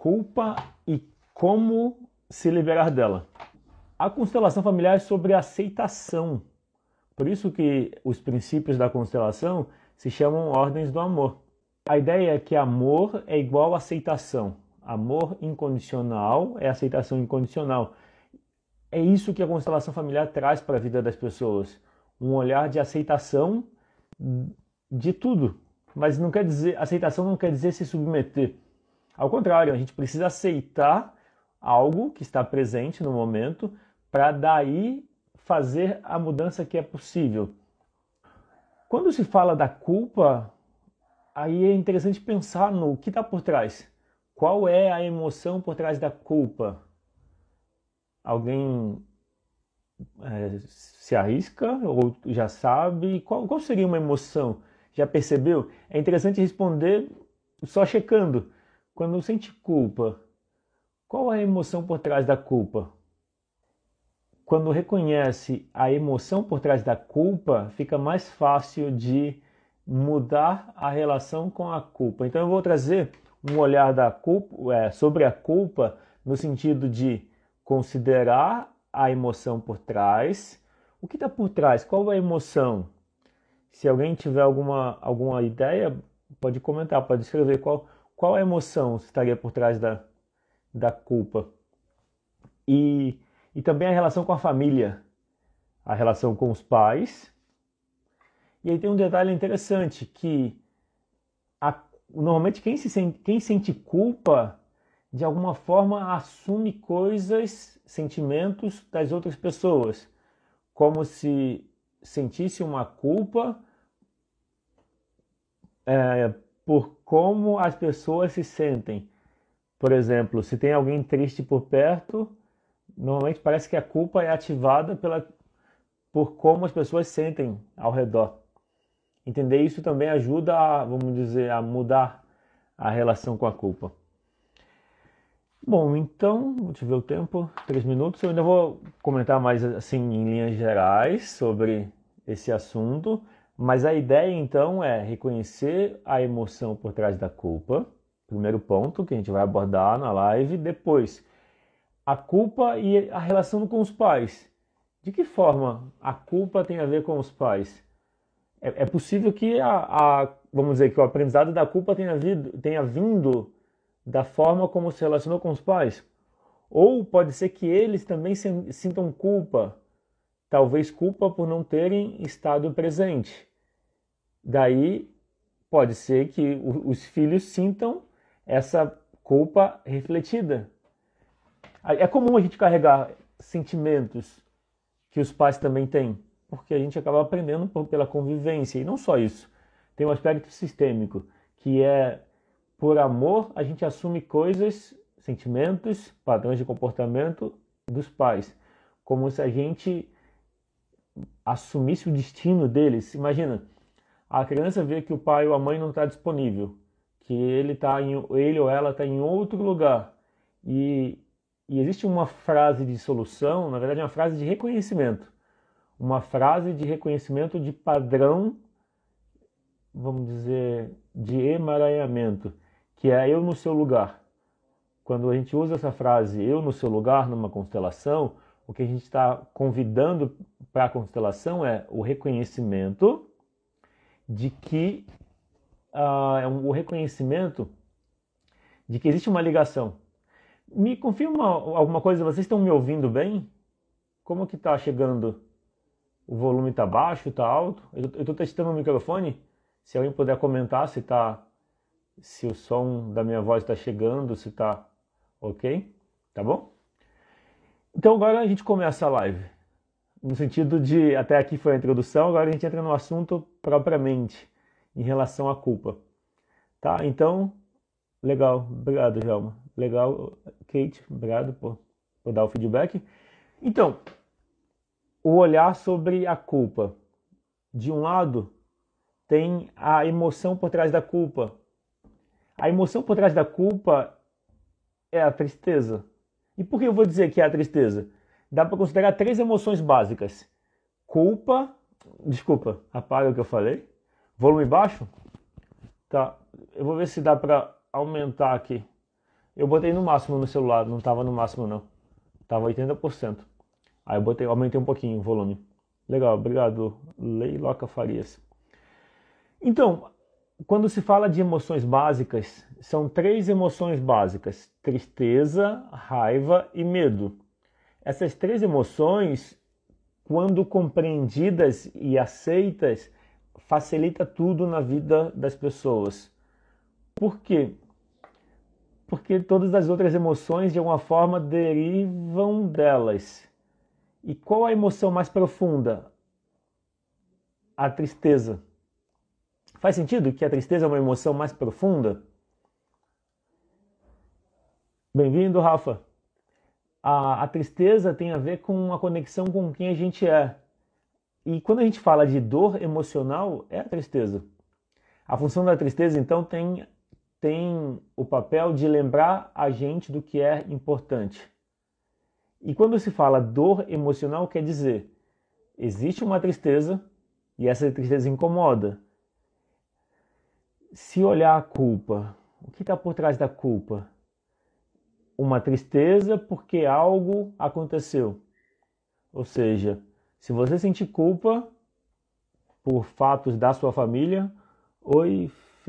culpa e como se liberar dela. A constelação familiar é sobre aceitação. Por isso que os princípios da constelação se chamam ordens do amor. A ideia é que amor é igual a aceitação. Amor incondicional é aceitação incondicional. É isso que a constelação familiar traz para a vida das pessoas. Um olhar de aceitação de tudo. Mas não quer dizer, aceitação não quer dizer se submeter. Ao contrário, a gente precisa aceitar algo que está presente no momento para daí fazer a mudança que é possível. Quando se fala da culpa, aí é interessante pensar no que está por trás. Qual é a emoção por trás da culpa? Alguém se arrisca ou já sabe? Qual seria uma emoção? Já percebeu? É interessante responder só checando. Quando sente culpa, qual é a emoção por trás da culpa? Quando reconhece a emoção por trás da culpa, fica mais fácil de mudar a relação com a culpa. Então eu vou trazer um olhar da culpa, sobre a culpa no sentido de considerar a emoção por trás. O que está por trás? Qual é a emoção? Se alguém tiver alguma ideia, pode comentar, pode escrever qual é a emoção que estaria por trás da culpa. E também a relação com a família, a relação com os pais. E aí tem um detalhe interessante, que normalmente quem sente culpa, de alguma forma assume coisas, sentimentos das outras pessoas, como se sentisse uma culpa por como as pessoas se sentem. Por exemplo, se tem alguém triste por perto, normalmente parece que a culpa é ativada por como as pessoas sentem ao redor. Entender isso também ajuda a mudar a relação com a culpa. Bom, então, deixa eu ver o tempo, 3 minutos. Eu ainda vou comentar mais assim em linhas gerais sobre esse assunto, mas a ideia então é reconhecer a emoção por trás da culpa, primeiro ponto que a gente vai abordar na live. Depois, a culpa e a relação com os pais. De que forma a culpa tem a ver com os pais? É possível que vamos dizer, que o aprendizado da culpa tenha vindo da forma como se relacionou com os pais. Ou pode ser que eles também sintam culpa, talvez culpa por não terem estado presente. Daí pode ser que os filhos sintam essa culpa refletida. É comum a gente carregar sentimentos que os pais também têm, porque a gente acaba aprendendo pela convivência. E não só isso, tem um aspecto sistêmico, que é, por amor, a gente assume coisas, sentimentos, padrões de comportamento dos pais, como se a gente assumisse o destino deles. Imagina, a criança vê que o pai ou a mãe não está disponível, que ele ou ela está em outro lugar, e existe uma frase de solução, na verdade é uma frase de reconhecimento, uma frase de reconhecimento de padrão, vamos dizer, de emaranhamento, que é eu no seu lugar. Quando a gente usa essa frase, eu no seu lugar, numa constelação, o que a gente está convidando para a constelação é o reconhecimento de que o reconhecimento de que existe uma ligação. Me confirma alguma coisa, vocês estão me ouvindo bem? Como que está chegando? O volume está baixo, está alto? Eu estou testando o microfone. Se alguém puder comentar se o som da minha voz está chegando, se está ok, tá bom? Então agora a gente começa a live. No sentido de, até aqui foi a introdução, agora a gente entra no assunto propriamente, em relação à culpa. Tá? Então, legal, obrigado, Gelma. Legal, Kate, obrigado por dar o feedback. Então, o olhar sobre a culpa. De um lado, tem a emoção por trás da culpa. A emoção por trás da culpa é a tristeza. E por que eu vou dizer que é a tristeza? Dá para considerar 3 emoções básicas. Culpa, desculpa, apaga o que eu falei. Volume baixo? Tá, eu vou ver se dá para aumentar aqui. Eu botei no máximo no celular, não estava no máximo não. Estava 80%. Aí eu aumentei um pouquinho o volume. Legal, obrigado, Leiloca Farias. Então, quando se fala de emoções básicas, são 3 emoções básicas: tristeza, raiva e medo. Essas 3 emoções, quando compreendidas e aceitas, facilita tudo na vida das pessoas. Por quê? Porque todas as outras emoções, de alguma forma, derivam delas. E qual a emoção mais profunda? A tristeza. Faz sentido que a tristeza é uma emoção mais profunda? Bem-vindo, Rafa. A tristeza tem a ver com a conexão com quem a gente é. E quando a gente fala de dor emocional, é a tristeza. A função da tristeza, então, tem o papel de lembrar a gente do que é importante. E quando se fala dor emocional, quer dizer, existe uma tristeza e essa tristeza incomoda. Se olhar a culpa, o que está por trás da culpa? Uma tristeza porque algo aconteceu. Ou seja, se você sentir culpa por fatos da sua família, oi,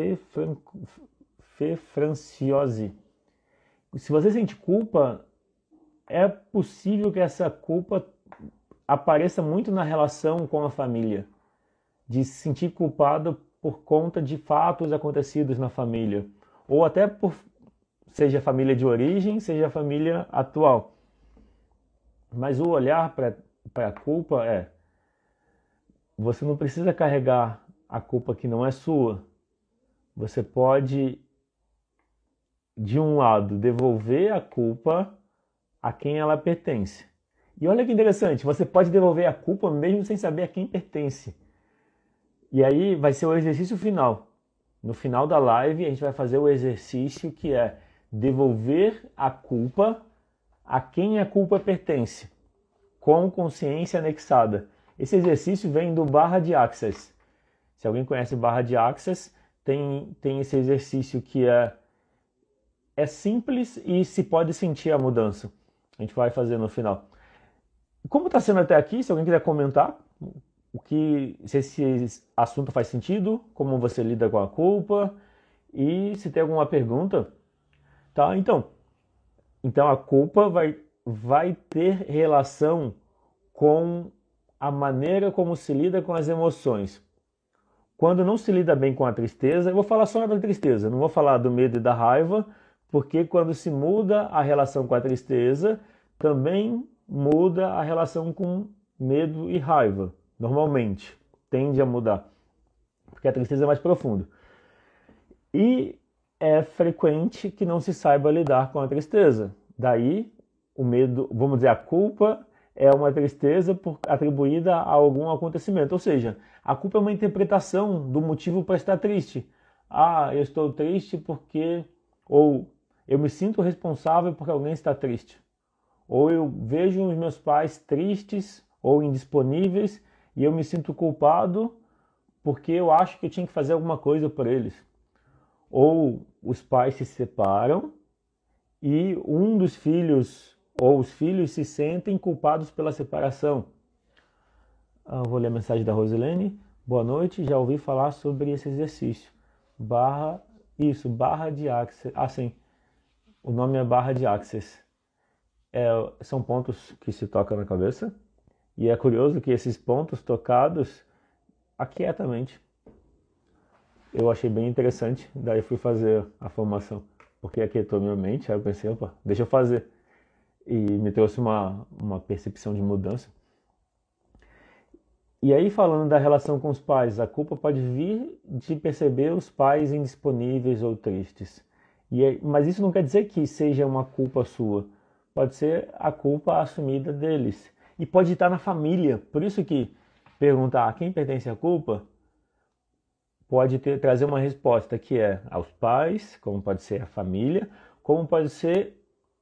Fê Franciose. Se você sente culpa, é possível que essa culpa apareça muito na relação com a família, de se sentir culpado por conta de fatos acontecidos na família, ou até por seja a família de origem, seja a família atual. Mas o olhar para a culpa você não precisa carregar a culpa que não é sua. Você pode, de um lado, devolver a culpa a quem ela pertence. E olha que interessante, você pode devolver a culpa mesmo sem saber a quem pertence. E aí vai ser o exercício final. No final da live a gente vai fazer o exercício que é devolver a culpa a quem a culpa pertence, com consciência anexada. Esse exercício vem do Barra de Access. Se alguém conhece Barra de Access, tem esse exercício que é simples e se pode sentir a mudança. A gente vai fazer no final. Como está sendo até aqui, se alguém quiser comentar, se esse assunto faz sentido, como você lida com a culpa e se tem alguma pergunta, tá? Então a culpa vai ter relação com a maneira como se lida com as emoções. Quando não se lida bem com a tristeza, eu vou falar só da tristeza, não vou falar do medo e da raiva, porque quando se muda a relação com a tristeza, também muda a relação com medo e raiva. Normalmente, tende a mudar, porque a tristeza é mais profunda. E é frequente que não se saiba lidar com a tristeza. Daí, o medo, vamos dizer, a culpa é uma tristeza atribuída a algum acontecimento. Ou seja, a culpa é uma interpretação do motivo para estar triste. Eu estou triste porque... Ou eu me sinto responsável porque alguém está triste. Ou eu vejo os meus pais tristes ou indisponíveis e eu me sinto culpado porque eu acho que eu tinha que fazer alguma coisa por eles. Ou os pais se separam e um dos filhos ou os filhos se sentem culpados pela separação. Vou ler a mensagem da Rosilene. Boa noite, já ouvi falar sobre esse exercício. Barra de Access. Sim, o nome é Barra de Access. São pontos que se tocam na cabeça. E é curioso que esses pontos tocados aquietamente. Eu achei bem interessante, daí fui fazer a formação, porque aquietou minha mente, aí eu pensei, opa, deixa eu fazer. E me trouxe uma percepção de mudança. E aí, falando da relação com os pais, a culpa pode vir de perceber os pais indisponíveis ou tristes. Mas isso não quer dizer que seja uma culpa sua. Pode ser a culpa assumida deles. E pode estar na família. Por isso que perguntar a quem pertence a culpa pode trazer uma resposta que é aos pais, como pode ser a família, como pode ser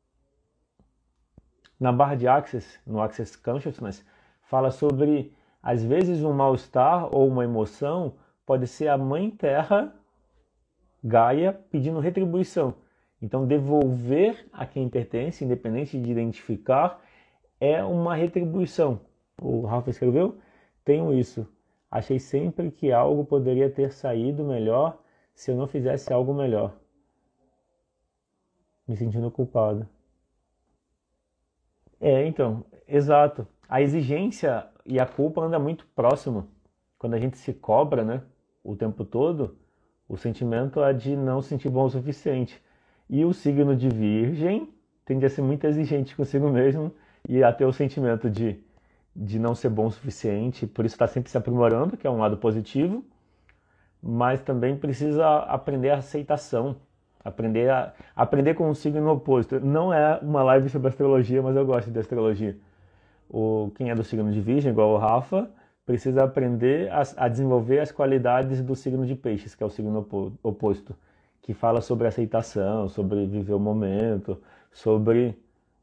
na barra de Access, no Access Consciousness, fala sobre, às vezes, um mal-estar ou uma emoção pode ser a Mãe Terra, Gaia, pedindo retribuição. Então, devolver a quem pertence, independente de identificar, é uma retribuição. O Rafa escreveu: tenho isso. Achei sempre que algo poderia ter saído melhor se eu não fizesse algo melhor. Me sentindo culpado. Então, exato. A exigência e a culpa andam muito próximo. Quando a gente se cobra, né, o tempo todo, o sentimento é de não se sentir bom o suficiente. E o signo de Virgem tende a ser muito exigente consigo mesmo e a ter o sentimento de não ser bom o suficiente, por isso está sempre se aprimorando, que é um lado positivo, mas também precisa aprender a aceitação, aprender com um signo oposto. Não é uma live sobre astrologia, mas eu gosto de astrologia. Quem é do signo de Virgem, igual o Rafa, precisa aprender a desenvolver as qualidades do signo de Peixes, que é o signo oposto, que fala sobre aceitação, sobre viver o momento, sobre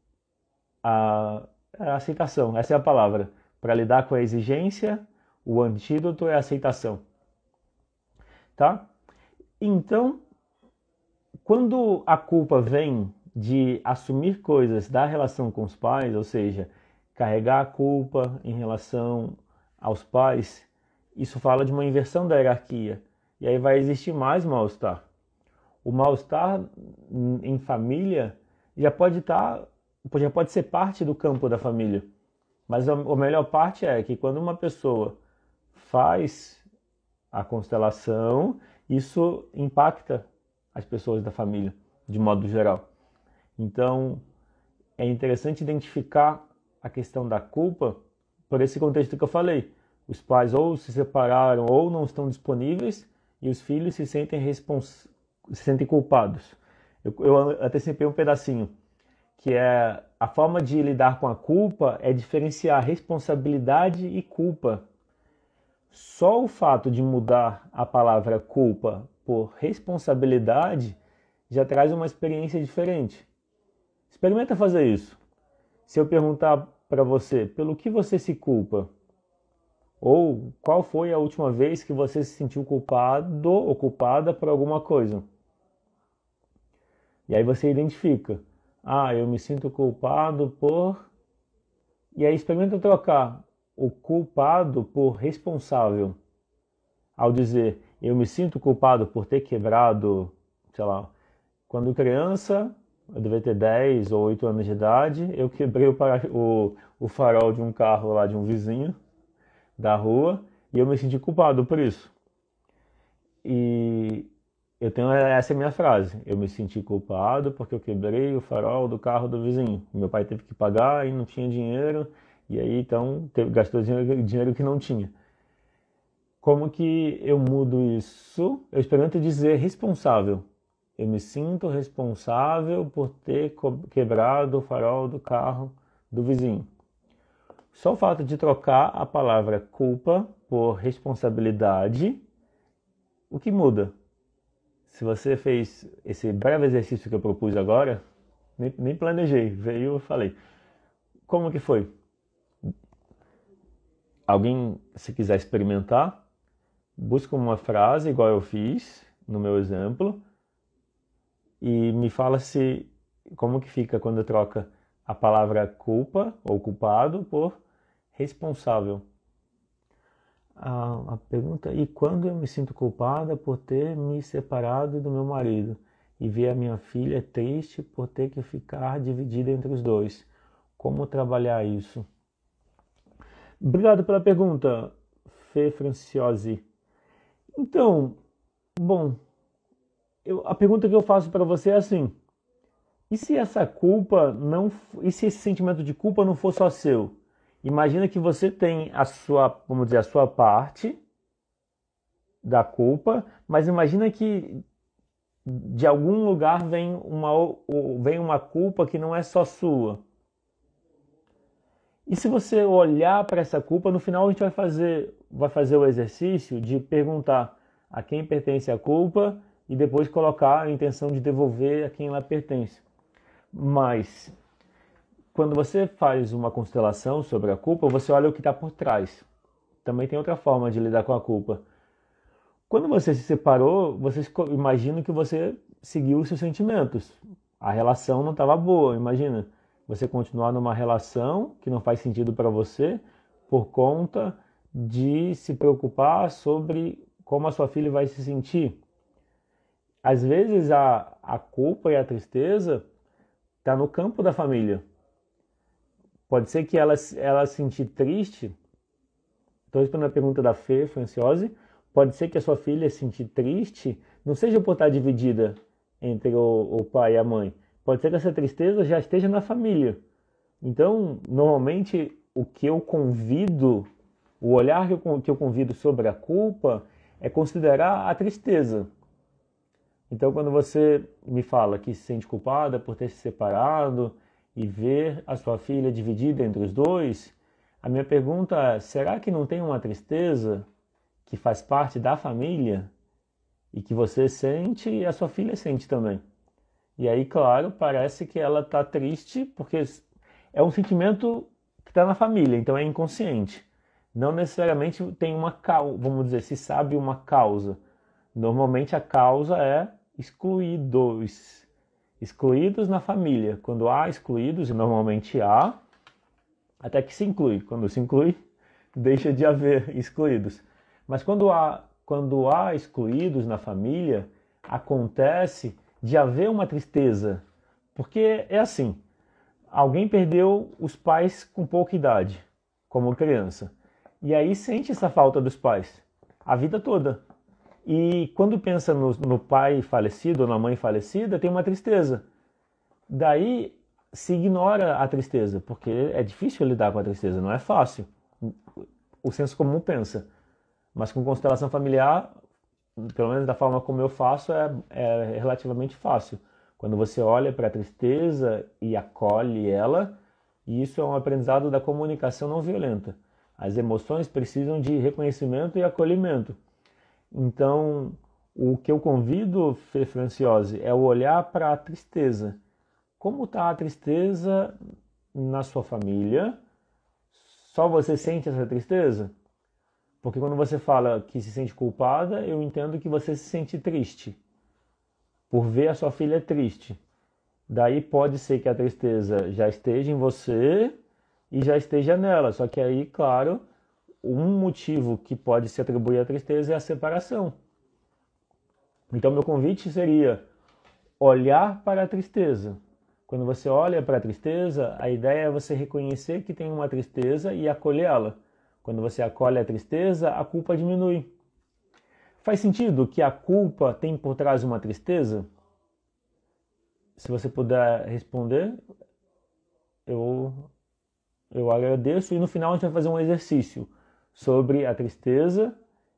a aceitação. Essa é a palavra. Para lidar com a exigência, o antídoto é a aceitação. Tá? Então, quando a culpa vem de assumir coisas da relação com os pais, ou seja, carregar a culpa em relação aos pais, isso fala de uma inversão da hierarquia. E aí vai existir mais mal-estar. O mal-estar em família já pode ser parte do campo da família. Mas a melhor parte é que quando uma pessoa faz a constelação, isso impacta as pessoas da família, de modo geral. Então, é interessante identificar a questão da culpa por esse contexto que eu falei. Os pais ou se separaram ou não estão disponíveis e os filhos se sentem culpados. Eu antecipei um pedacinho, que é a forma de lidar com a culpa é diferenciar responsabilidade e culpa. Só o fato de mudar a palavra culpa por responsabilidade já traz uma experiência diferente. Experimenta fazer isso. Se eu perguntar para você, pelo que você se culpa? Ou qual foi a última vez que você se sentiu culpado ou culpada por alguma coisa? E aí você identifica. Eu me sinto culpado por... E aí experimenta trocar o culpado por responsável. Ao dizer, eu me sinto culpado por ter quebrado, sei lá, quando criança, eu devia ter 10 ou 8 anos de idade, eu quebrei o farol de um carro lá de um vizinho da rua e eu me senti culpado por isso. E essa é a minha frase. Eu me senti culpado porque eu quebrei o farol do carro do vizinho. Meu pai teve que pagar e não tinha dinheiro. E aí, então, gastou dinheiro que não tinha. Como que eu mudo isso? Eu experimento dizer responsável. Eu me sinto responsável por ter quebrado o farol do carro do vizinho. Só o fato de trocar a palavra culpa por responsabilidade, o que muda? Se você fez esse breve exercício que eu propus agora, nem planejei, veio e falei. Como que foi? Alguém, se quiser experimentar, busca uma frase igual eu fiz no meu exemplo e me fala como que fica quando troca a palavra culpa ou culpado por responsável. A pergunta: e quando eu me sinto culpada por ter me separado do meu marido e ver a minha filha triste por ter que ficar dividida entre os dois? Como trabalhar isso? Obrigado pela pergunta, Fê Franciosi. Então, bom, a pergunta que eu faço para você é assim: e se essa culpa e se esse sentimento de culpa não for só seu? Imagina que você tem a sua, vamos dizer, a sua parte da culpa, mas imagina que de algum lugar vem uma culpa que não é só sua. E se você olhar para essa culpa, no final a gente vai fazer o exercício de perguntar a quem pertence a culpa e depois colocar a intenção de devolver a quem ela pertence. Mas quando você faz uma constelação sobre a culpa, você olha o que está por trás. Também tem outra forma de lidar com a culpa. Quando você se separou, você imagina que você seguiu os seus sentimentos. A relação não estava boa, imagina. Você continuar numa relação que não faz sentido para você por conta de se preocupar sobre como a sua filha vai se sentir. Às vezes a culpa e a tristeza está no campo da família. Pode ser que ela se sentir triste. Estou respondendo a pergunta da Fê Franciose. Pode ser que a sua filha se sentir triste não seja por estar dividida entre o pai e a mãe. Pode ser que essa tristeza já esteja na família. Então, normalmente, o que eu convido, o olhar que eu convido sobre a culpa é considerar a tristeza. Então, quando você me fala que se sente culpada por ter se separado e ver a sua filha dividida entre os dois, a minha pergunta é, será que não tem uma tristeza que faz parte da família e que você sente e a sua filha sente também? E aí, claro, parece que ela está triste porque é um sentimento que está na família, então é inconsciente. Não necessariamente tem uma causa, vamos dizer, se sabe uma causa. Normalmente a causa é excluídos na família. Quando há excluídos, e normalmente há, até que se inclui. Quando se inclui, deixa de haver excluídos. Mas quando há excluídos na família, acontece de haver uma tristeza. Porque é assim, alguém perdeu os pais com pouca idade, como criança. E aí sente essa falta dos pais a vida toda. E quando pensa no pai falecido ou na mãe falecida, tem uma tristeza. Daí se ignora a tristeza, porque é difícil lidar com a tristeza, não é fácil. O senso comum pensa. Mas com constelação familiar, pelo menos da forma como eu faço, é relativamente fácil. Quando você olha para a tristeza e acolhe ela, e isso é um aprendizado da comunicação não violenta. As emoções precisam de reconhecimento e acolhimento. Então, o que eu convido, Fê Franciose, é o olhar para a tristeza. Como está a tristeza na sua família? Só você sente essa tristeza? Porque quando você fala que se sente culpada, eu entendo que você se sente triste por ver a sua filha triste. Daí pode ser que a tristeza já esteja em você e já esteja nela. Só que aí, claro, um motivo que pode se atribuir à tristeza é a separação. Então, meu convite seria olhar para a tristeza. Quando você olha para a tristeza, a ideia é você reconhecer que tem uma tristeza e acolhê-la. Quando você acolhe a tristeza, a culpa diminui. Faz sentido que a culpa tem por trás uma tristeza? Se você puder responder, eu agradeço. E no final a gente vai fazer um exercício sobre a tristeza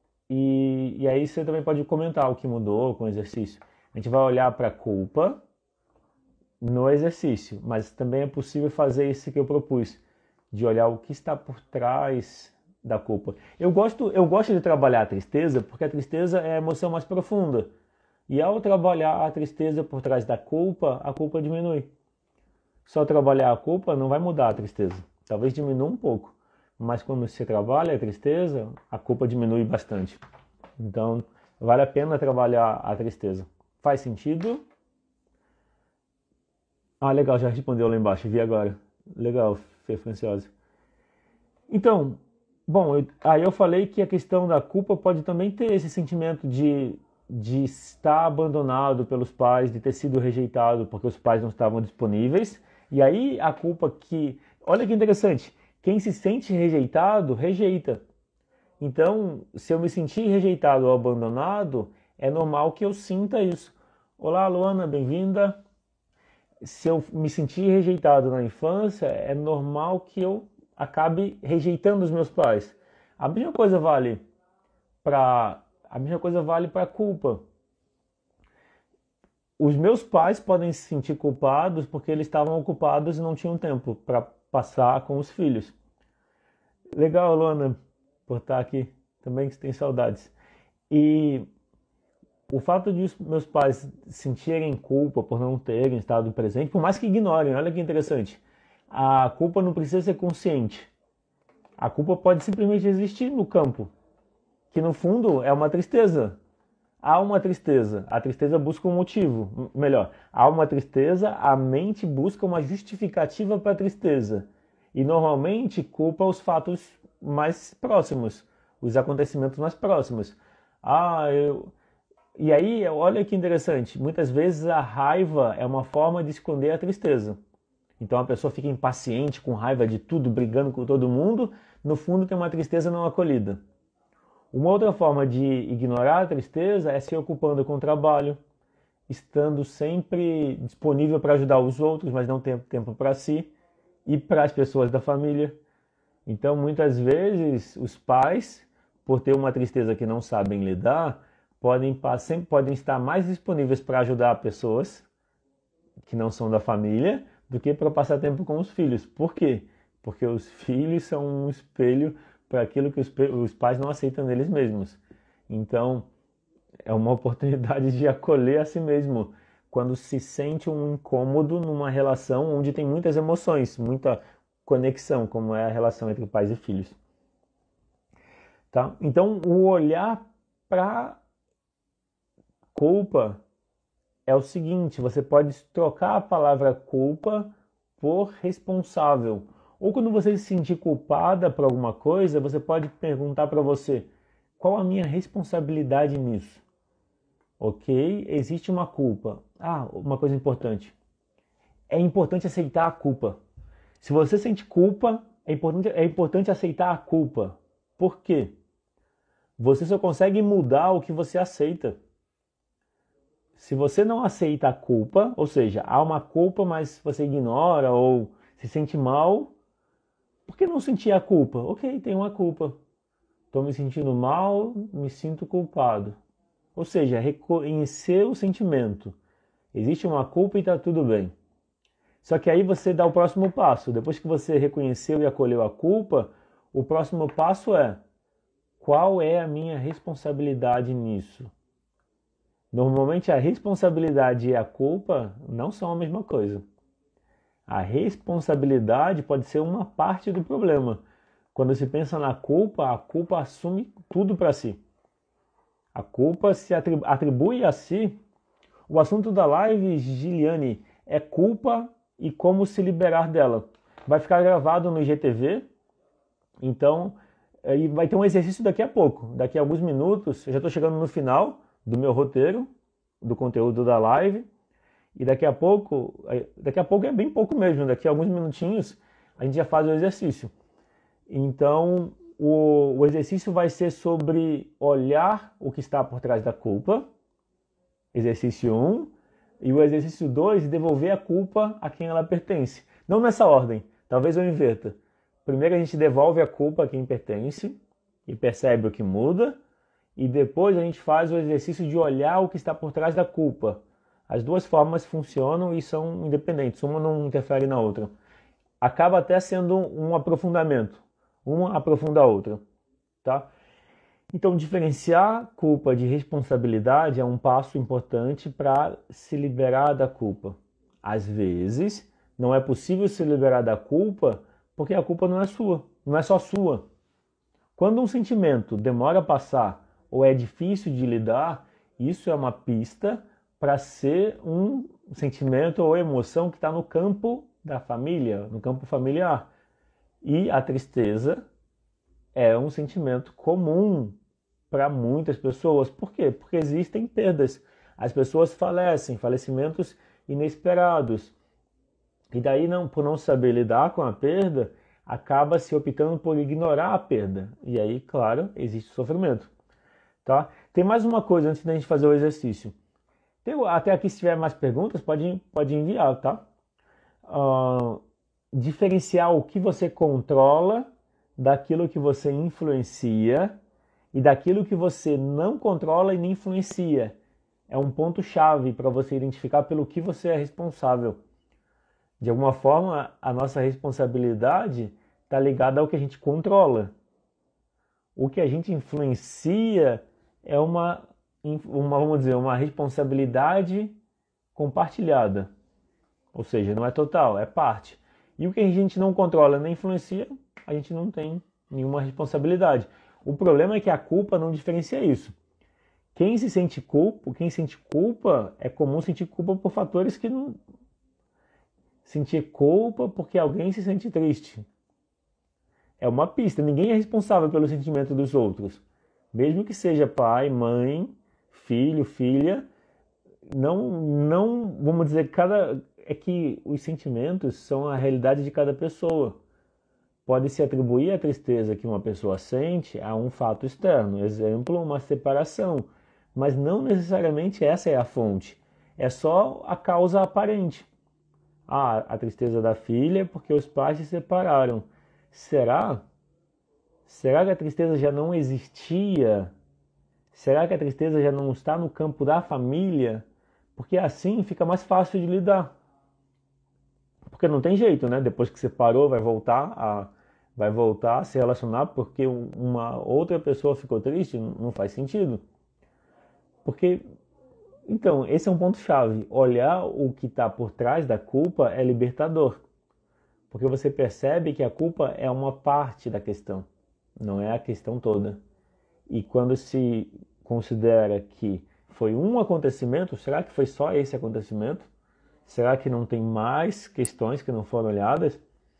e aí você também pode comentar o que mudou com o exercício. A gente vai olhar para a culpa no exercício, mas também é possível fazer isso que eu propus, de olhar o que está por trás da culpa. Eu gosto de trabalhar a tristeza porque a tristeza é a emoção mais profunda. E ao trabalhar a tristeza por trás da culpa, a culpa diminui. Só trabalhar a culpa não vai mudar a tristeza. Talvez diminua um pouco. Mas quando você trabalha a tristeza, a culpa diminui bastante. Então, vale a pena trabalhar a tristeza. Faz sentido? Ah, legal, já respondeu lá embaixo, vi agora. Legal, Fê Franciose. Então, bom, aí eu falei que a questão da culpa pode também ter esse sentimento de estar abandonado pelos pais, de ter sido rejeitado porque os pais não estavam disponíveis. E aí a culpa que... Olha que interessante, quem se sente rejeitado, rejeita. Então, se eu me sentir rejeitado ou abandonado, é normal que eu sinta isso. Olá, Luana, bem-vinda. Se eu me sentir rejeitado na infância, é normal que eu acabe rejeitando os meus pais. A mesma coisa vale para a culpa. Os meus pais podem se sentir culpados porque eles estavam ocupados e não tinham tempo para passar com os filhos. Legal, Luana, por estar aqui. Também que tem saudades. E o fato de os meus pais sentirem culpa por não terem estado presente, por mais que ignorem, olha que interessante, a culpa não precisa ser consciente. A culpa pode simplesmente existir no campo, que no fundo é uma tristeza. há uma tristeza, a tristeza busca um motivo, melhor, há uma tristeza, a mente busca uma justificativa para a tristeza. E normalmente culpa os fatos mais próximos, os acontecimentos mais próximos. E aí, olha que interessante, muitas vezes a raiva é uma forma de esconder a tristeza. Então a pessoa fica impaciente, com raiva de tudo, brigando com todo mundo, no fundo tem uma tristeza não acolhida. Uma outra forma de ignorar a tristeza é se ocupando com o trabalho, estando sempre disponível para ajudar os outros, mas não tendo tempo para si e para as pessoas da família. Então, muitas vezes, os pais, por ter uma tristeza que não sabem lidar, sempre podem estar mais disponíveis para ajudar pessoas que não são da família do que para passar tempo com os filhos. Por quê? Porque os filhos são um espelho para aquilo que os pais não aceitam neles mesmos. Então, é uma oportunidade de acolher a si mesmo quando se sente um incômodo numa relação onde tem muitas emoções, muita conexão, como é a relação entre pais e filhos. Tá? Então, o olhar para culpa é o seguinte, você pode trocar a palavra culpa por responsável. Ou quando você se sentir culpada por alguma coisa, você pode perguntar para você, qual a minha responsabilidade nisso? Ok, existe uma culpa. Uma coisa importante. É importante aceitar a culpa. Se você sente culpa, é importante aceitar a culpa. Por quê? Você só consegue mudar o que você aceita. Se você não aceita a culpa, ou seja, há uma culpa, mas você ignora ou se sente mal, por que não sentir a culpa? Ok, tem uma culpa. Estou me sentindo mal, me sinto culpado. Ou seja, reconhecer o sentimento. Existe uma culpa e está tudo bem. Só que aí você dá o próximo passo. Depois que você reconheceu e acolheu a culpa, o próximo passo é: qual é a minha responsabilidade nisso? Normalmente a responsabilidade e a culpa não são a mesma coisa. A responsabilidade pode ser uma parte do problema. Quando se pensa na culpa, a culpa assume tudo para si. A culpa se atribui a si. O assunto da live, Giliane, é culpa e como se liberar dela. Vai ficar gravado no IGTV, então e vai ter um exercício daqui a pouco. Daqui a alguns minutos, eu já estou chegando no final do meu roteiro, do conteúdo da live, e daqui a pouco é bem pouco mesmo, daqui a alguns minutinhos a gente já faz o exercício. Então, o exercício vai ser sobre olhar o que está por trás da culpa, exercício 1, e o exercício 2, devolver a culpa a quem ela pertence. Não nessa ordem, talvez eu inverta. Primeiro a gente devolve a culpa a quem pertence e percebe o que muda, e depois a gente faz o exercício de olhar o que está por trás da culpa. As duas formas funcionam e são independentes, uma não interfere na outra. Acaba até sendo um aprofundamento, uma aprofunda a outra, tá? Então, diferenciar culpa de responsabilidade é um passo importante para se liberar da culpa. Às vezes, não é possível se liberar da culpa porque a culpa não é sua, não é só sua. Quando um sentimento demora a passar ou é difícil de lidar, isso é uma pista para ser um sentimento ou emoção que está no campo da família, no campo familiar. E a tristeza é um sentimento comum para muitas pessoas. Por quê? Porque existem perdas. As pessoas falecem, falecimentos inesperados. E daí, por não saber lidar com a perda, acaba se optando por ignorar a perda. E aí, claro, existe sofrimento. Tá? Tem mais uma coisa antes da gente fazer o exercício. Até aqui, se tiver mais perguntas, pode enviar, tá? Diferenciar o que você controla daquilo que você influencia e daquilo que você não controla e nem influencia. É um ponto-chave para você identificar pelo que você é responsável. De alguma forma, a nossa responsabilidade está ligada ao que a gente controla. O que a gente influencia é vamos dizer, uma responsabilidade compartilhada. Ou seja, não é total, é parte. E o que a gente não controla nem influencia, a gente não tem nenhuma responsabilidade. O problema é que a culpa não diferencia isso. Quem sente culpa, é comum sentir culpa por fatores que não... Sentir culpa porque alguém se sente triste. É uma pista, ninguém é responsável pelo sentimento dos outros. Mesmo que seja pai, mãe, filho, filha, não, vamos dizer, é que os sentimentos são a realidade de cada pessoa. Pode-se atribuir a tristeza que uma pessoa sente a um fato externo, exemplo, uma separação, mas não necessariamente essa é a fonte, é só a causa aparente. A tristeza da filha é porque os pais se separaram. Será? Será que a tristeza já não existia? Será que a tristeza já não está no campo da família? Porque assim fica mais fácil de lidar. Porque não tem jeito, né? Depois que separou, vai voltar a se relacionar porque uma outra pessoa ficou triste? Não faz sentido. Porque, então, esse é um ponto-chave. Olhar o que está por trás da culpa é libertador. Porque você percebe que a culpa é uma parte da questão, não é a questão toda. E quando se considera que foi um acontecimento, será que foi só esse acontecimento? Será que não tem mais questões que não foram olhadas?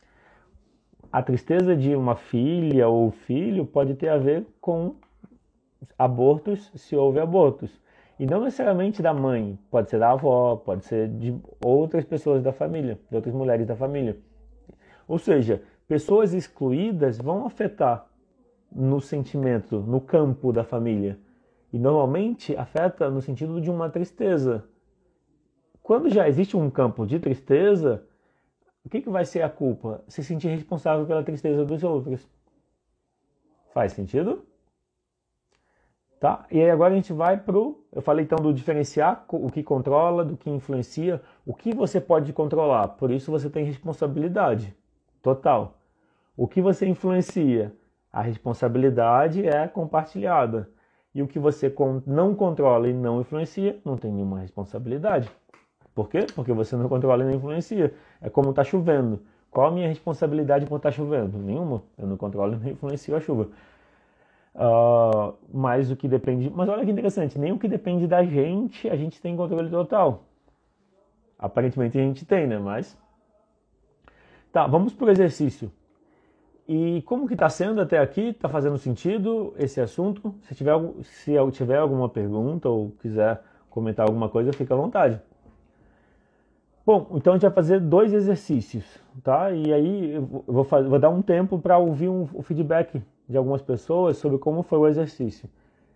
A tristeza de uma filha ou filho pode ter a ver com abortos, se houve abortos. E não necessariamente da mãe, pode ser da avó, pode ser de outras pessoas da família, de outras mulheres da família. Ou seja, pessoas excluídas vão afetar no sentimento, no campo da família. E normalmente afeta no sentido de uma tristeza. Quando já existe um campo de tristeza, o que vai ser a culpa? Se sentir responsável pela tristeza dos outros. Faz sentido? Tá? E aí agora a gente vai pro... Eu falei então do diferenciar o que controla, do que influencia, o que você pode controlar. Por isso você tem responsabilidade total. O que você influencia? A responsabilidade é compartilhada. E o que você não controla e não influencia, não tem nenhuma responsabilidade. Por quê? Porque você não controla e não influencia. É como está chovendo. Qual a minha responsabilidade quando está chovendo? Nenhuma. Eu não controlo e não influencio a chuva. Mas o que depende... Mas olha que interessante, nem o que depende da gente, a gente tem controle total. Aparentemente a gente tem, né? Mas... Tá, vamos para o exercício. E como que está sendo até aqui? Está fazendo sentido esse assunto? Se eu tiver alguma pergunta ou quiser comentar alguma coisa, fica à vontade. Bom, então a gente vai fazer 2 exercícios, tá? E aí eu vou dar um tempo para ouvir o feedback de algumas pessoas sobre como foi o exercício.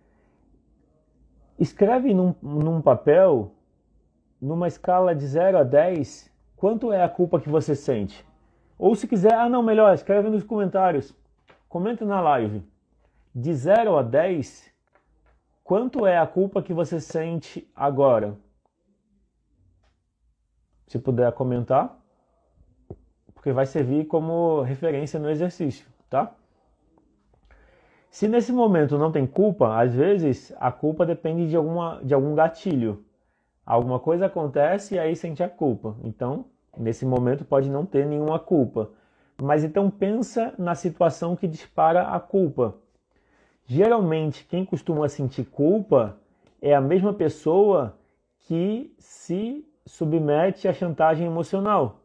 Escreve num papel, numa escala de 0 a 10, quanto é a culpa que você sente? Ou se quiser, melhor, escreve nos comentários. Comenta na live. De 0 a 10, quanto é a culpa que você sente agora? Se puder comentar, porque vai servir como referência no exercício, tá? Se nesse momento não tem culpa, às vezes a culpa depende de algum gatilho. Alguma coisa acontece e aí sente a culpa. Então, nesse momento pode não ter nenhuma culpa. Mas então pensa na situação que dispara a culpa. Geralmente, quem costuma sentir culpa é a mesma pessoa que se submete à chantagem emocional.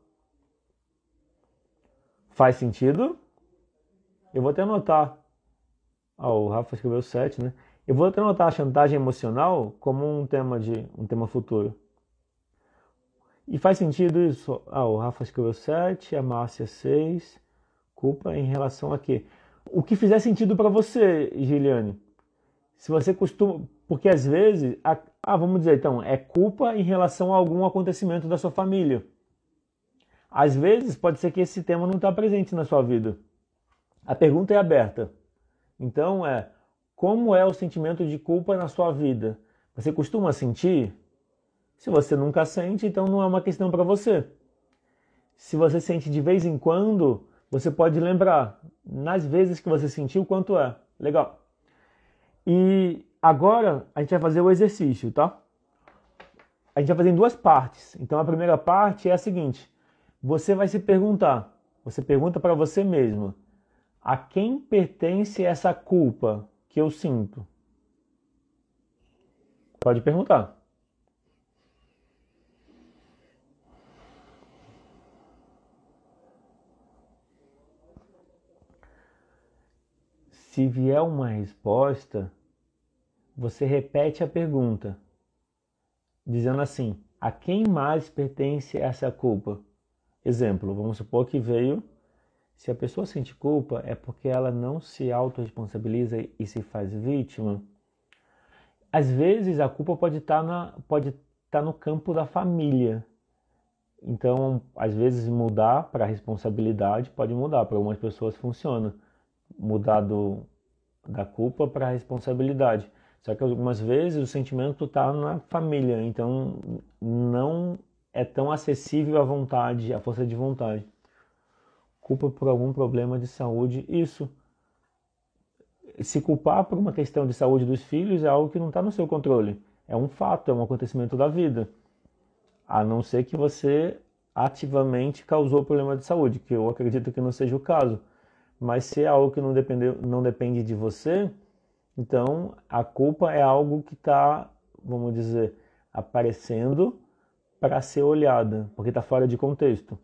Faz sentido? Eu vou até anotar. O Rafa escreveu 7, né? Eu vou até anotar a chantagem emocional como um tema futuro. E faz sentido isso? O Rafa escreveu 7, a Márcia 6. Culpa em relação a quê? O que fizer sentido para você, Giliane. Se você costuma... Porque às vezes... vamos dizer então, é culpa em relação a algum acontecimento da sua família. Às vezes pode ser que esse tema não está presente na sua vida. A pergunta é aberta. Então como é o sentimento de culpa na sua vida? Você costuma sentir? Se você nunca sente, então não é uma questão para você. Se você sente de vez em quando, você pode lembrar, nas vezes que você sentiu, quanto é. Legal. E agora a gente vai fazer o exercício, tá? A gente vai fazer em 2 partes. Então a primeira parte é a seguinte. Você vai se perguntar, você pergunta para você mesmo, a quem pertence essa culpa que eu sinto? Pode perguntar. Se vier uma resposta, você repete a pergunta, dizendo assim: a quem mais pertence essa culpa? Exemplo, vamos supor que veio: se a pessoa sente culpa é porque ela não se autorresponsabiliza e se faz vítima. Às vezes a culpa pode estar no campo da família. Então, às vezes mudar para a responsabilidade pode mudar. Para algumas pessoas funciona. Mudar da culpa para a responsabilidade. Só que algumas vezes o sentimento está na família. Então, não é tão acessível à vontade, à força de vontade. Culpa por algum problema de saúde, isso. Se culpar por uma questão de saúde dos filhos é algo que não está no seu controle. É um fato, é um acontecimento da vida. A não ser que você ativamente causou problema de saúde, que eu acredito que não seja o caso. Mas se é algo que não depende de você, então a culpa é algo que está, vamos dizer, aparecendo para ser olhada, porque está fora de contexto.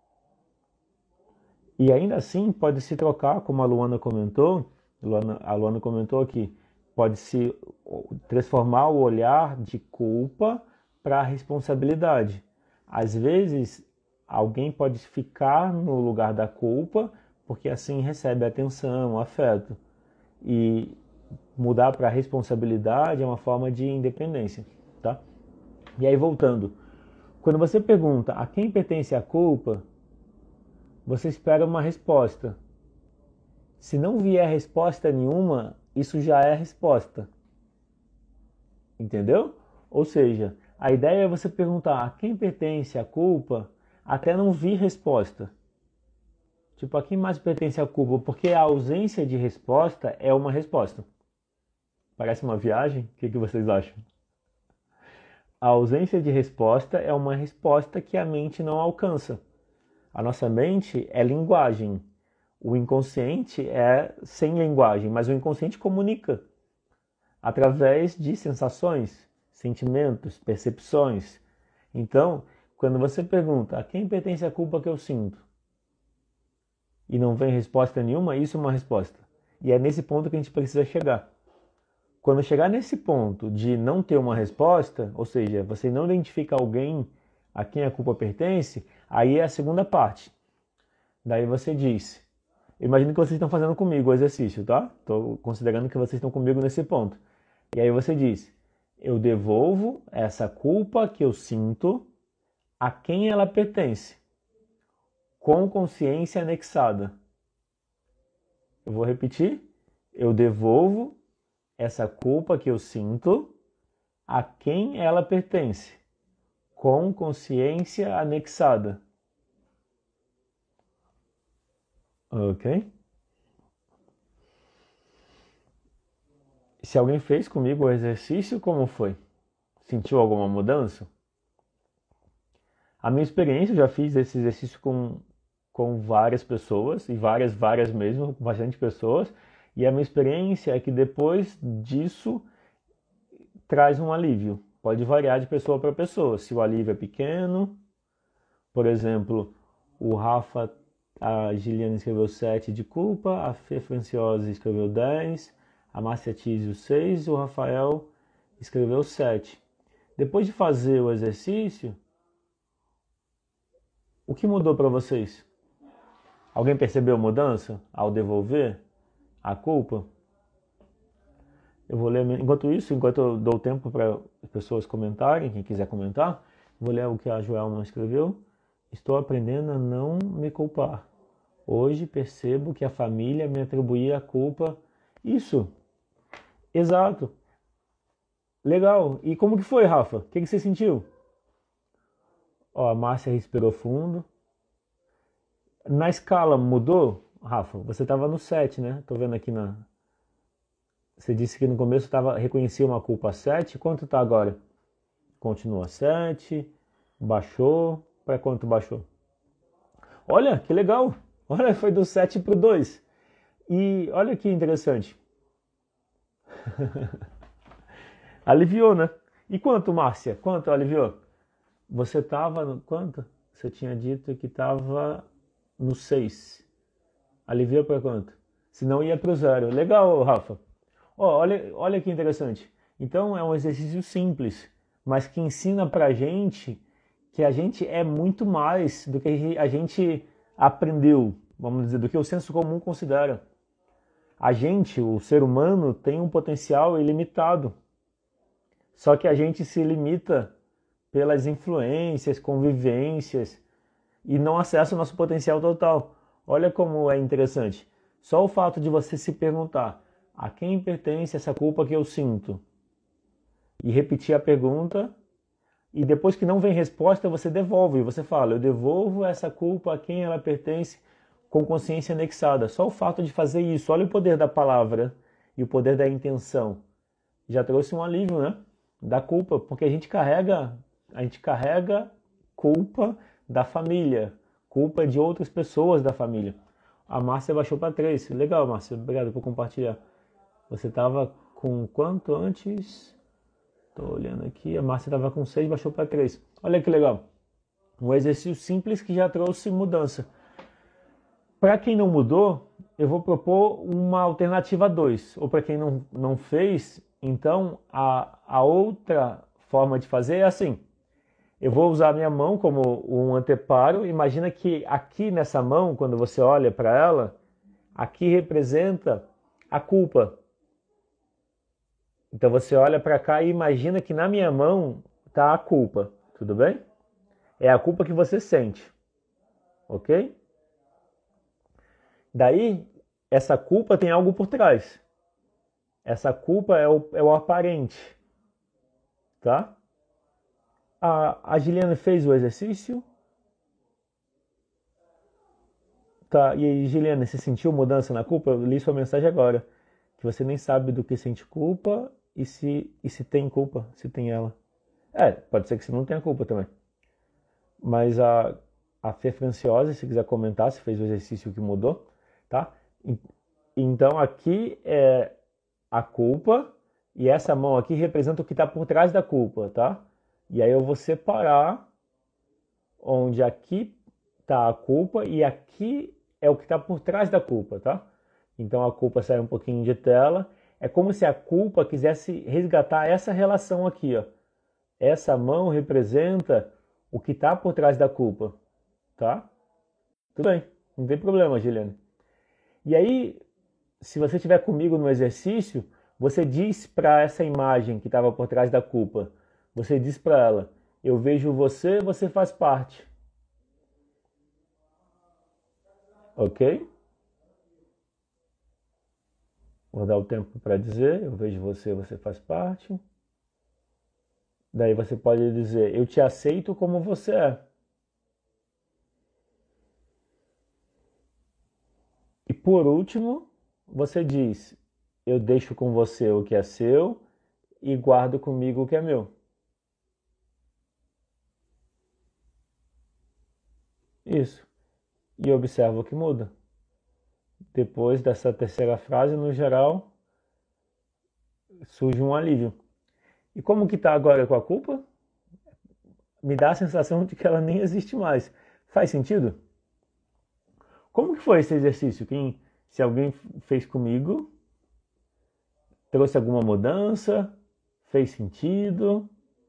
E ainda assim pode se trocar, como a Luana comentou aqui, pode se transformar o olhar de culpa para responsabilidade. Às vezes, alguém pode ficar no lugar da culpa, porque assim recebe atenção, afeto. E mudar para responsabilidade é uma forma de independência, tá? E aí, voltando. Quando você pergunta a quem pertence a culpa, você espera uma resposta. Se não vier resposta nenhuma, isso já é resposta. Entendeu? Ou seja, a ideia é você perguntar a quem pertence a culpa até não vir resposta. Tipo, a quem mais pertence a culpa? Porque a ausência de resposta é uma resposta. Parece uma viagem? O que vocês acham? A ausência de resposta é uma resposta que a mente não alcança. A nossa mente é linguagem. O inconsciente é sem linguagem, mas o inconsciente comunica através de sensações, sentimentos, percepções. Então, quando você pergunta a quem pertence a culpa que eu sinto e não vem resposta nenhuma, isso é uma resposta. E é nesse ponto que a gente precisa chegar. Quando chegar nesse ponto de não ter uma resposta, ou seja, você não identifica alguém a quem a culpa pertence, aí é a segunda parte. Daí você diz: imagino que vocês estão fazendo comigo o exercício, tá? Estou considerando que vocês estão comigo nesse ponto. E aí você diz: eu devolvo essa culpa que eu sinto a quem ela pertence, com consciência anexada. Eu vou repetir: eu devolvo essa culpa que eu sinto a quem ela pertence, com consciência anexada. Ok? Se alguém fez comigo o exercício, como foi? Sentiu alguma mudança? A minha experiência, eu já fiz esse exercício com várias pessoas, e várias mesmo, bastante pessoas, e a minha experiência é que depois disso traz um alívio. Pode variar de pessoa para pessoa. Se o alívio é pequeno, por exemplo, o Rafa, a Giliane escreveu 7 de culpa, a Fê Franciosa escreveu 10, a Márcia Tísio 6, o Rafael escreveu 7. Depois de fazer o exercício, o que mudou para vocês? Alguém percebeu mudança ao devolver a culpa? Eu vou ler, enquanto eu dou tempo para as pessoas comentarem, quem quiser comentar, vou ler o que a Joelma escreveu. Estou aprendendo a não me culpar. Hoje percebo que a família me atribuía a culpa. Isso, exato. Legal. E como que foi, Rafa? O que você sentiu? Ó, a Márcia respirou fundo. Na escala mudou, Rafa? Você estava no 7, né? Tô vendo aqui na... Você disse que no começo reconhecia uma culpa 7. Quanto está agora? Continua 7. Baixou. Para quanto baixou? Olha, que legal. Olha, foi do 7 para o 2. E olha que interessante. Aliviou, né? E quanto, Márcia? Quanto aliviou? Você estava no quanto? Você tinha dito que estava no 6. Aliviou para quanto? Se não ia para o 0. Legal, Rafa. Ó, olha que interessante. Então é um exercício simples, mas que ensina pra gente que a gente é muito mais do que a gente aprendeu, vamos dizer, do que o senso comum considera. A gente, o ser humano, tem um potencial ilimitado. Só que a gente se limita pelas influências, convivências e não acessa o nosso potencial total. Olha como é interessante. Só o fato de você se perguntar a quem pertence essa culpa que eu sinto e repetir a pergunta e depois que não vem resposta você devolve e você fala, eu devolvo essa culpa a quem ela pertence com consciência anexada. Só o fato de fazer isso, olha o poder da palavra e o poder da intenção. Já trouxe um alívio, né? Da culpa, porque a gente carrega culpa da família, culpa de outras pessoas da família. A Márcia baixou para 3. Legal, Márcia, obrigado por compartilhar. Você estava com quanto antes? Estou olhando aqui, a Márcia estava com 6, baixou para 3. Olha que legal. Um exercício simples que já trouxe mudança. Para quem não mudou, eu vou propor uma alternativa 2. Ou para quem não fez, então a outra forma de fazer é assim. Eu vou usar a minha mão como um anteparo. Imagina que aqui nessa mão, quando você olha para ela, aqui representa a culpa. Então você olha para cá e imagina que na minha mão está a culpa. Tudo bem? É a culpa que você sente. Ok? Daí, essa culpa tem algo por trás. Essa culpa é o aparente. Tá? A Giliane fez o exercício? Tá, e aí, Giliane, você sentiu mudança na culpa? Eu li sua mensagem agora. Que você nem sabe do que sente culpa e se tem culpa, se tem ela. Pode ser que você não tenha culpa também. Mas a Fê Franciosa, se quiser comentar, se fez o exercício que mudou, tá? Então aqui é a culpa e essa mão aqui representa o que está por trás da culpa, tá? E aí eu vou separar onde aqui está a culpa e aqui é o que está por trás da culpa, tá? Então a culpa sai um pouquinho de tela. É como se a culpa quisesse resgatar essa relação aqui, ó. Essa mão representa o que está por trás da culpa, tá? Tudo bem, não tem problema, Juliane. E aí, se você estiver comigo no exercício, você diz para essa imagem que estava por trás da culpa, você diz para ela, eu vejo você, você faz parte. Ok? Vou dar o tempo para dizer, eu vejo você, você faz parte. Daí você pode dizer, eu te aceito como você é. E por último, você diz, eu deixo com você o que é seu e guardo comigo o que é meu. Isso. E observa o que muda. Depois dessa terceira frase, no geral, surge um alívio. E como que está agora com a culpa? Me dá a sensação de que ela nem existe mais. Faz sentido? Como que foi esse exercício? Se alguém fez comigo, trouxe alguma mudança? Fez sentido?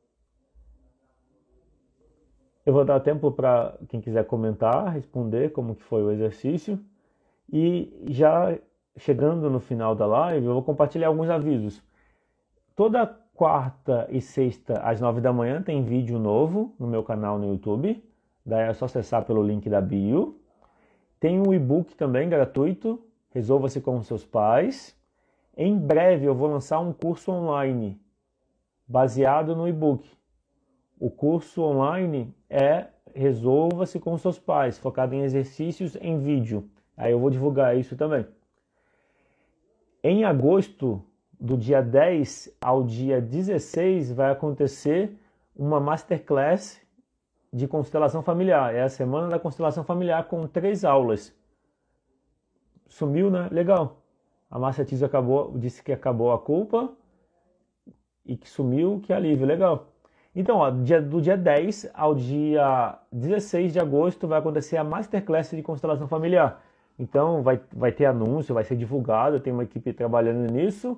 Eu vou dar tempo para quem quiser comentar, responder como que foi o exercício. E já chegando no final da live, eu vou compartilhar alguns avisos. Toda quarta e sexta às 9 da manhã tem vídeo novo no meu canal no YouTube. Daí é só acessar pelo link da bio. Tem um e-book também gratuito, Resolva-se com seus pais. Em breve eu vou lançar um curso online baseado no e-book. O curso online é Resolva-se com seus pais, focado em exercícios em vídeo. Aí eu vou divulgar isso também. Em agosto, do dia 10 ao dia 16, vai acontecer uma masterclass de constelação familiar. É a semana da constelação familiar com 3 aulas. Sumiu, né? Legal. A Márcia Tiso disse que acabou a culpa. e que sumiu, que alívio, legal. Então, ó, do dia 10 ao dia 16 de agosto vai acontecer a Masterclass de Constelação Familiar. Então, vai ter anúncio, vai ser divulgado, tem uma equipe trabalhando nisso.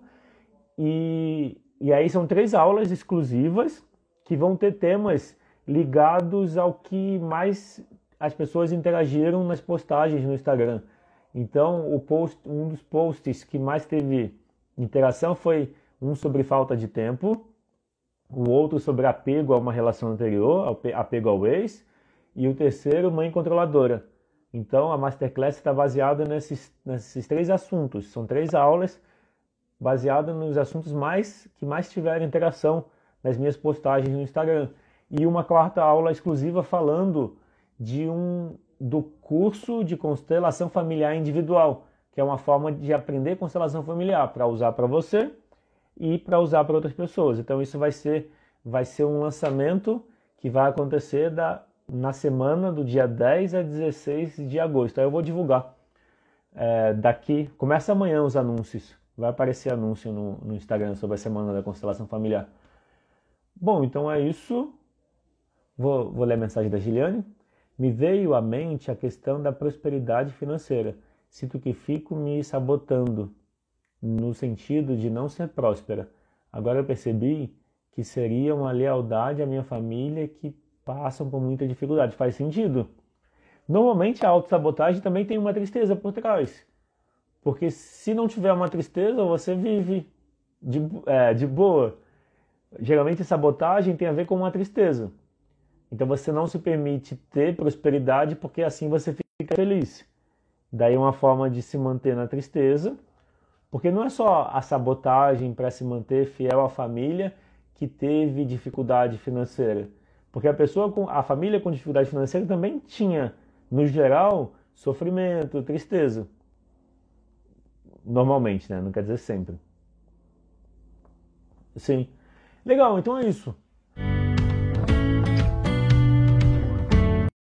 E aí são 3 aulas exclusivas que vão ter temas ligados ao que mais as pessoas interagiram nas postagens no Instagram. Então, um dos posts que mais teve interação foi um sobre falta de tempo, o outro sobre apego a uma relação anterior, apego ao ex, e o terceiro, mãe controladora. Então, a Masterclass está baseada nesses 3 assuntos. São 3 aulas baseadas nos assuntos que mais tiveram interação nas minhas postagens no Instagram. E uma 4ª aula exclusiva falando do curso de constelação familiar individual, que é uma forma de aprender constelação familiar para usar para você e para usar para outras pessoas. Então isso vai ser um lançamento que vai acontecer na semana do dia 10 a 16 de agosto. Aí eu vou divulgar começa amanhã os anúncios. Vai aparecer anúncio no Instagram sobre a semana da constelação familiar. Bom, então é isso. Vou ler a mensagem da Giliane. Me veio à mente a questão da prosperidade financeira. Sinto que fico me sabotando no sentido de não ser próspera. Agora eu percebi que seria uma lealdade à minha família que passam por muita dificuldade. Faz sentido? Normalmente a autossabotagem também tem uma tristeza por trás. Porque se não tiver uma tristeza, você vive de boa. Geralmente a sabotagem tem a ver com uma tristeza. Então você não se permite ter prosperidade porque assim você fica feliz. Daí uma forma de se manter na tristeza, porque não é só a sabotagem para se manter fiel à família que teve dificuldade financeira. Porque a família com dificuldade financeira também tinha, no geral, sofrimento, tristeza. Normalmente, né? Não quer dizer sempre. Sim. Legal, então é isso.